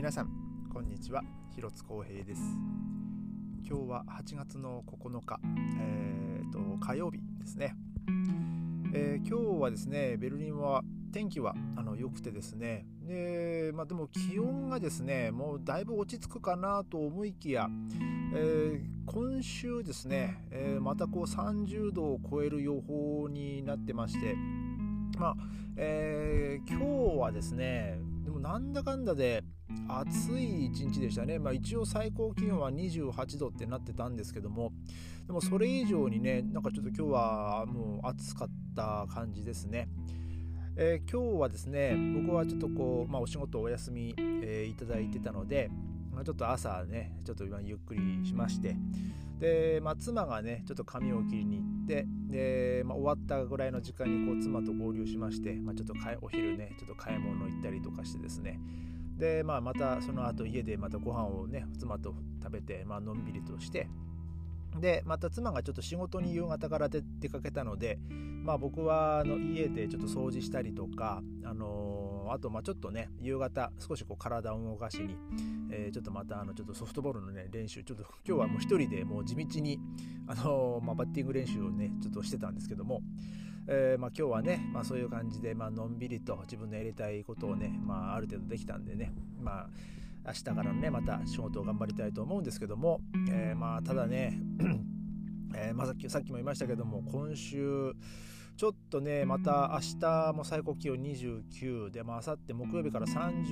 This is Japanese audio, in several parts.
皆さんこんにちは、広津光平です。今日は8月の9日、火曜日ですね。今日はですね、ベルリンは天気は良くてですね、でも気温がですね、もうだいぶ落ち着くかなと思いきや、今週ですね、また30度を超える予報になってまして、今日はですね、でもなんだかんだで暑い一日でしたね。一応最高気温は28度ってなってたんですけども、でもそれ以上にね、なんかちょっと今日はもう暑かった感じですね。今日はですね、僕はちょっとお仕事お休み、いただいてたので、ちょっと朝ね、ちょっと今ゆっくりしまして、で、妻がねちょっと髪を切りに行って、で、終わったぐらいの時間に妻と合流しまして、ちょっとお昼ねちょっと買い物行ったりとかしてですね、で、またその後家でまたご飯をね妻と食べて、のんびりとして、でまた妻がちょっと仕事に夕方から出かけたので、僕は家でちょっと掃除したりとか、あとちょっとね夕方少し体を動かしに、ちょっとまたちょっとソフトボールのね練習、ちょっと今日はもう一人でもう地道にバッティング練習をねちょっとしてたんですけども、今日はね、そういう感じでのんびりと自分のやりたいことをね、ある程度できたんでね、明日からねまた仕事を頑張りたいと思うんですけども、ただねさっきも言いましたけども、今週ちょっとねまた明日も最高気温29で、明後日木曜日から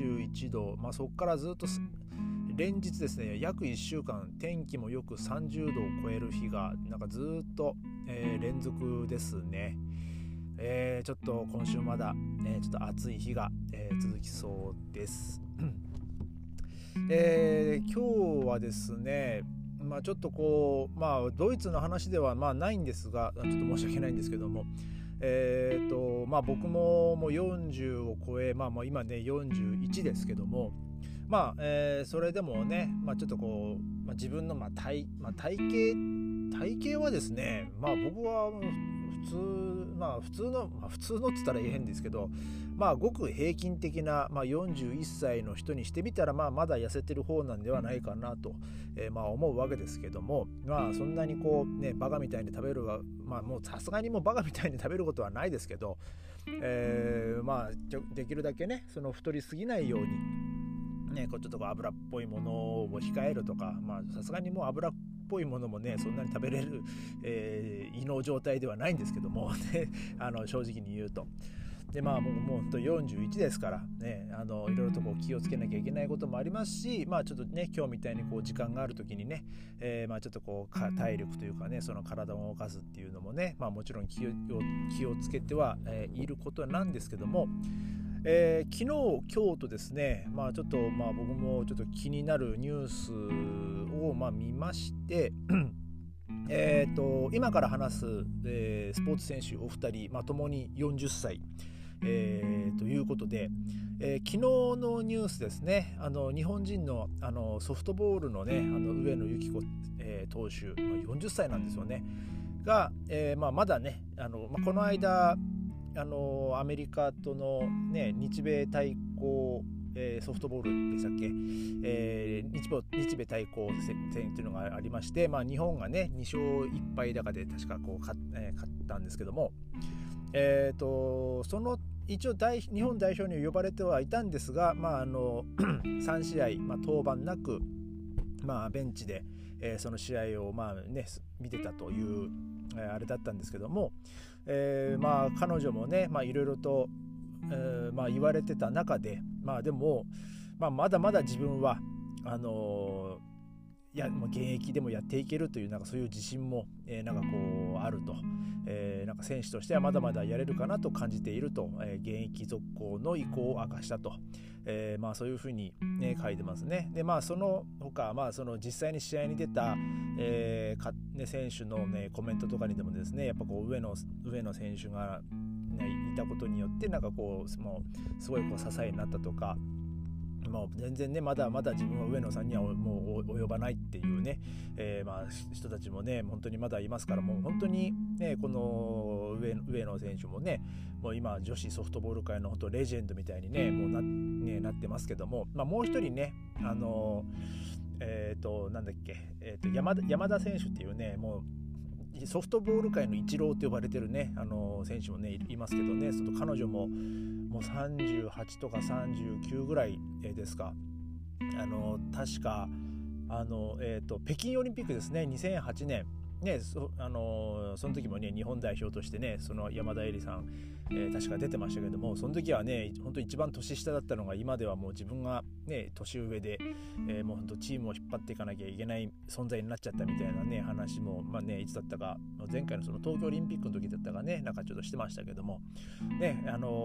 31度、そこからずっと連日ですね、約1週間天気もよく30度を超える日がなんかずっと、連続ですね。ちょっと今週まだ、ちょっと暑い日が、続きそうです。今日はですね、ちょっとドイツの話ではないんですが、ちょっと申し訳ないんですけども、僕ももう40を超え、今ね41ですけども、それでもね、ちょっと自分の体型はですね、僕は普通のって言ったら変ですけど、ごく平均的な、41歳の人にしてみたら、まだ痩せてる方なんではないかなと、思うわけですけども、そんなにバカみたいに食べるは、もうさすがにもうバカみたいに食べることはないですけど、できるだけねその太りすぎないようにね、ちょっと油っぽいものを控えるとか、さすがにもう油っぽいものもねそんなに食べれる、胃の状態ではないんですけども、ね、正直に言うと、でもう本当41ですからね、いろいろと気をつけなきゃいけないこともありますし、ちょっとね今日みたいに時間がある時にね、ちょっと体力というかね、その体を動かすっていうのもね、もちろん気をつけては、いることなんですけども、昨日今日とですね、ちょっと僕もちょっと気になるニュースを見まして今から話す、スポーツ選手お二人、ともに40歳、ということで、昨日のニュースですね、日本人の、ソフトボールのね上野由岐子、投手、40歳なんですよねが、まだねこの間アメリカとの、ね、日米対抗、ソフトボールでしたっけ、日米対抗戦というのがありまして、日本がね2勝1敗高で確か勝ったんですけども、その一応日本代表に呼ばれてはいたんですが、3試合、登板なく、ベンチで、その試合を見てたというあれだったんですけども、彼女もねいろいろと、言われてた中で、でも、まだまだ自分は現役でもやっていけるというそういう自信も、あると、選手としてはまだまだやれるかなと感じていると、現役続行の意向を明かしたと、そういうふうに、書いてますね。でその他、その実際に試合に出た、選手の、コメントとかにでもですね、やっぱ上野選手が、いたことによってもうすごい支えになったとか、 もう全然ねまだまだ自分は上野さんにはもう及ばないっていうね、人たちもね本当にまだいますから、もう本当にねこの上野選手もねもう今女子ソフトボール界の本当レジェンドみたいにねもうなってますけども、もう一人ねなんだっけ、山田選手っていうねもうソフトボール界のイチローと呼ばれてるね選手もねいますけどね、彼女ももう38とか39ぐらいですか。確か北京オリンピックですね、2008年ね、その時もね日本代表としてねその山田恵里さん、確か出てましたけども、その時はね本当一番年下だったのが、今ではもう自分がね年上で、もう本当チームを引っ張っていかなきゃいけない存在になっちゃったみたいなね話も、いつだったか前回のその東京オリンピックの時だったかねなんかちょっとしてましたけどもね、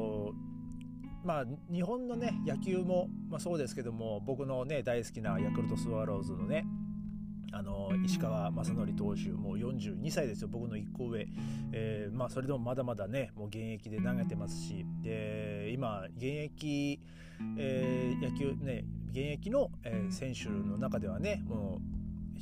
日本のね野球も、そうですけども、僕のね大好きなヤクルトスワローズのね石川雅規投手、もう42歳ですよ、僕の1個上、それでもまだまだねもう現役で投げてますし、で今現役、野球ね現役の、選手の中ではねもう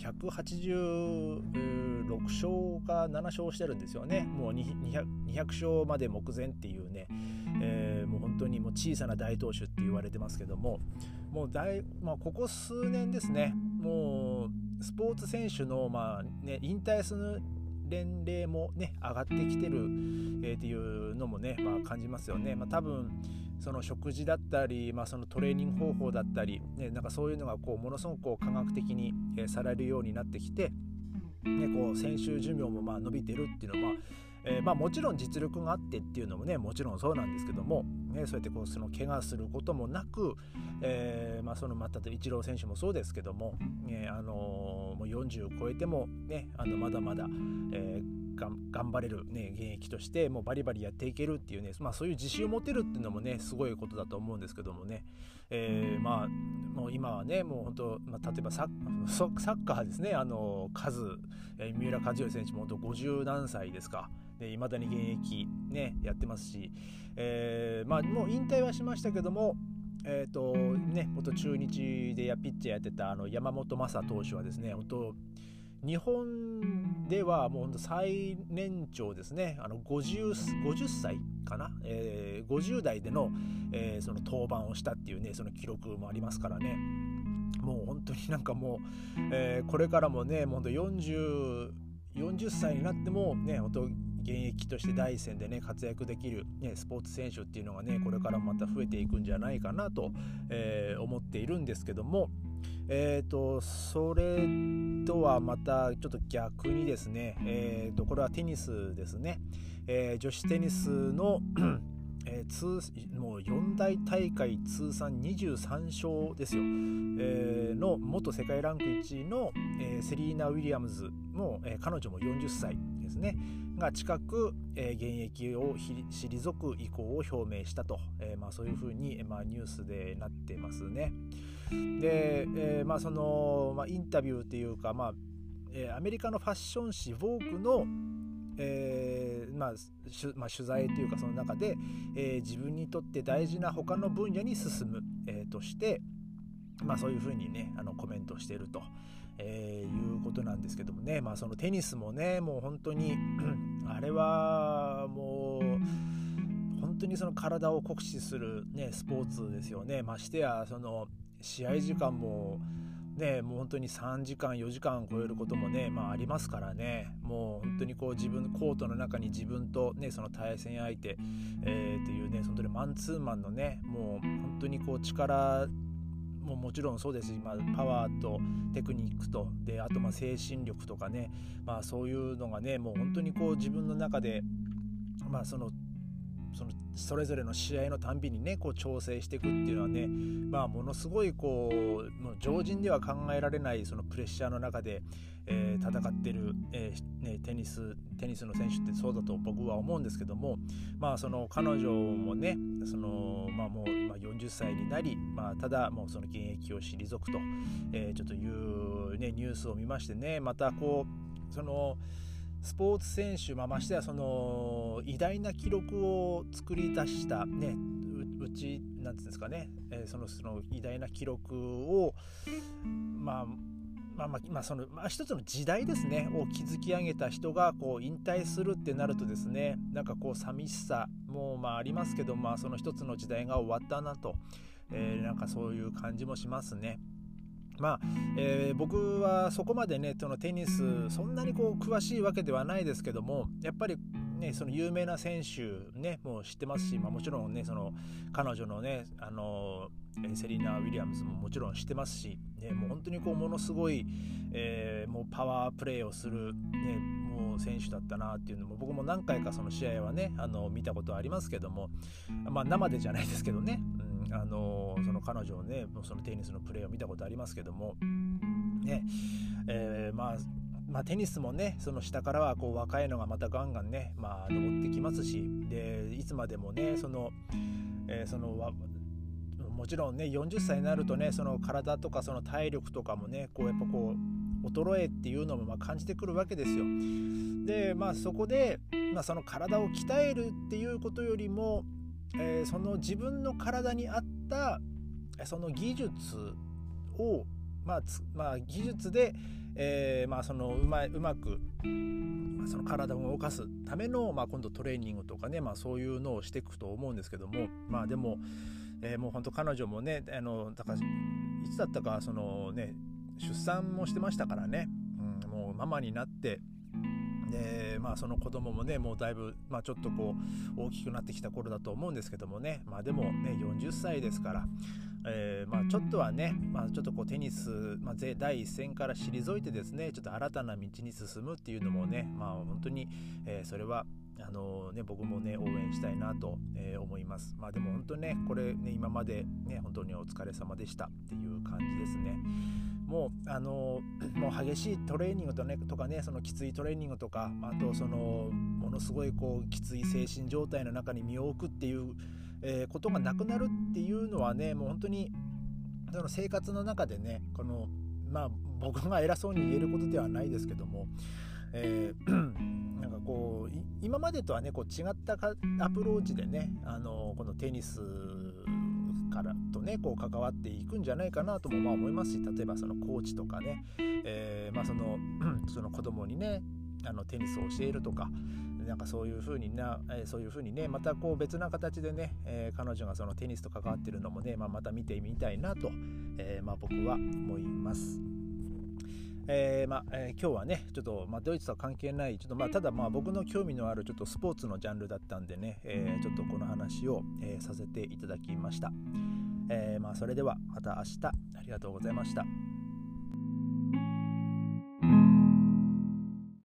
186勝か7勝してるんですよね。もう 200勝まで目前っていうね、もう本当にもう小さな大投手って言われてますけども、もうここ数年ですね、もうスポーツ選手の引退する年齢もね上がってきてる、っていうのもね、感じますよね。多分その食事だったり、そのトレーニング方法だったり、ね、なんかそういうのがものすごく科学的に、されるようになってきて、ね、選手寿命も伸びてるっていうのは、もちろん実力があってっていうのもねもちろんそうなんですけども、ね、そうやってその怪我することもなく、そのまたイチロー選手もそうですけども、もう40超えてもねまだまだ、頑張れる、ね、現役としてもうバリバリやっていけるっていうね、そういう自信を持てるっていうのもねすごいことだと思うんですけどもね、もう今はねもう本当、例えばサッカーですね、三浦知良選手も本当50何歳ですか、いまだに現役、ね、やってますし、もう引退はしましたけども、元中日でピッチャーやってた山本昌投手はですね、本当日本ではもう本当最年長ですね、50歳かな、50代での、その登板をしたっていうねその記録もありますからね、もう本当になんかもう、これからもねもう本当40歳になってもね本当現役として第一線でね活躍できる、ね、スポーツ選手っていうのがねこれからまた増えていくんじゃないかなと、思っているんですけども、それとはまたちょっと逆にですね、これはテニスですね、女子テニスのもう4大大会通算23勝ですよ、の元世界ランク1位の、セリーナ・ウィリアムズも、彼女も40歳ですねが近く、現役を退く意向を表明したと、そういうふうに、ニュースでなってますね。で、その、インタビューっていうか、アメリカのファッション誌ヴォークの取材というかその中で、自分にとって大事な他の分野に進む、として、そういうふうにねコメントしていると、いうことなんですけどもね、そのテニスもねもう本当にあれはもう本当にその体を酷使する、ね、スポーツですよね。ましてやその試合時間もね、もう本当に3時間4時間超えることもね、ありますからね、もう本当に自分コートの中に自分とねその対戦相手、っていうね本当にマンツーマンのねもう本当に力ももちろんそうですし、パワーとテクニックとであと精神力とかね、そういうのがねもう本当に自分の中でそれぞれの試合のたんびにね調整していくっていうのはね、ものすごいもう常人では考えられないそのプレッシャーの中で、戦ってる、テニスの選手ってそうだと僕は思うんですけども、その彼女もねその、もう今40歳になり、ただもうその現役を退くと、ちょっという、ね、ニュースを見ましてね、またそのスポーツ選手、ましてやその偉大な記録を作り出した、ね、 なんていうんですかね、その偉大な記録を一つの時代ですねを築き上げた人がこう引退するってなるとですね、なんかこう寂しさもありますけど、その一つの時代が終わったなと、なんかそういう感じもしますね。僕はそこまでねそのテニスそんなにこう詳しいわけではないですけども、やっぱりねその有名な選手ねもう知ってますし、もちろんねその彼女のねセリーナ・ウィリアムズももちろん知ってますし、ね、もう本当にこうものすごい、もうパワープレーをする、ね、もう選手だったなっていうのも僕も何回かその試合はね見たことありますけども、生でじゃないですけどね、その彼女をねそのテニスのプレーを見たことありますけどもね、テニスもねその下からはこう若いのがまたガンガンね登ってきますし、でいつまでもねもちろんね40歳になるとねその体とかその体力とかもねこうやっぱこう衰えっていうのも感じてくるわけですよ。でそこで、その体を鍛えるっていうことよりも、その自分の体に合ったその技術を技術で、そのうまくその体を動かすための、今度トレーニングとかね、そういうのをしていくと思うんですけども、でも、もう本当彼女もねだからいつだったかそのね出産もしてましたからね、もうママになってでその子供もねもうだいぶ、ちょっとこう大きくなってきた頃だと思うんですけどもね、でもね40歳ですから、ちょっとはね、ちょっとこうテニス、第一線から退いてですねちょっと新たな道に進むっていうのもね、本当に、それは僕もね応援したいなと、思います。でも本当にねこれね今までね本当にお疲れ様でしたっていう感じですね。もう激しいトレーニングとかねそのきついトレーニングとか、あとそのものすごいこうきつい精神状態の中に身を置くっていう、ことがなくなるっていうのはねもう本当にその生活の中でねこの僕が偉そうに言えることではないですけども、なんかこう今までとはねこう違ったアプローチでねこのテニスからとねこう関わっていくんじゃないかなとも思いますし、例えばそのコーチとかね、その子供にねテニスを教えるとかなんかそういう風にねまたこう別な形でね、彼女がそのテニスと関わってるのもね、また見てみたいなと、僕は思います。今日はねちょっと、ドイツとは関係ないちょっとただ僕の興味のあるちょっとスポーツのジャンルだったんでね、ちょっとこの話を、させていただきました。それではまた明日ありがとうございました。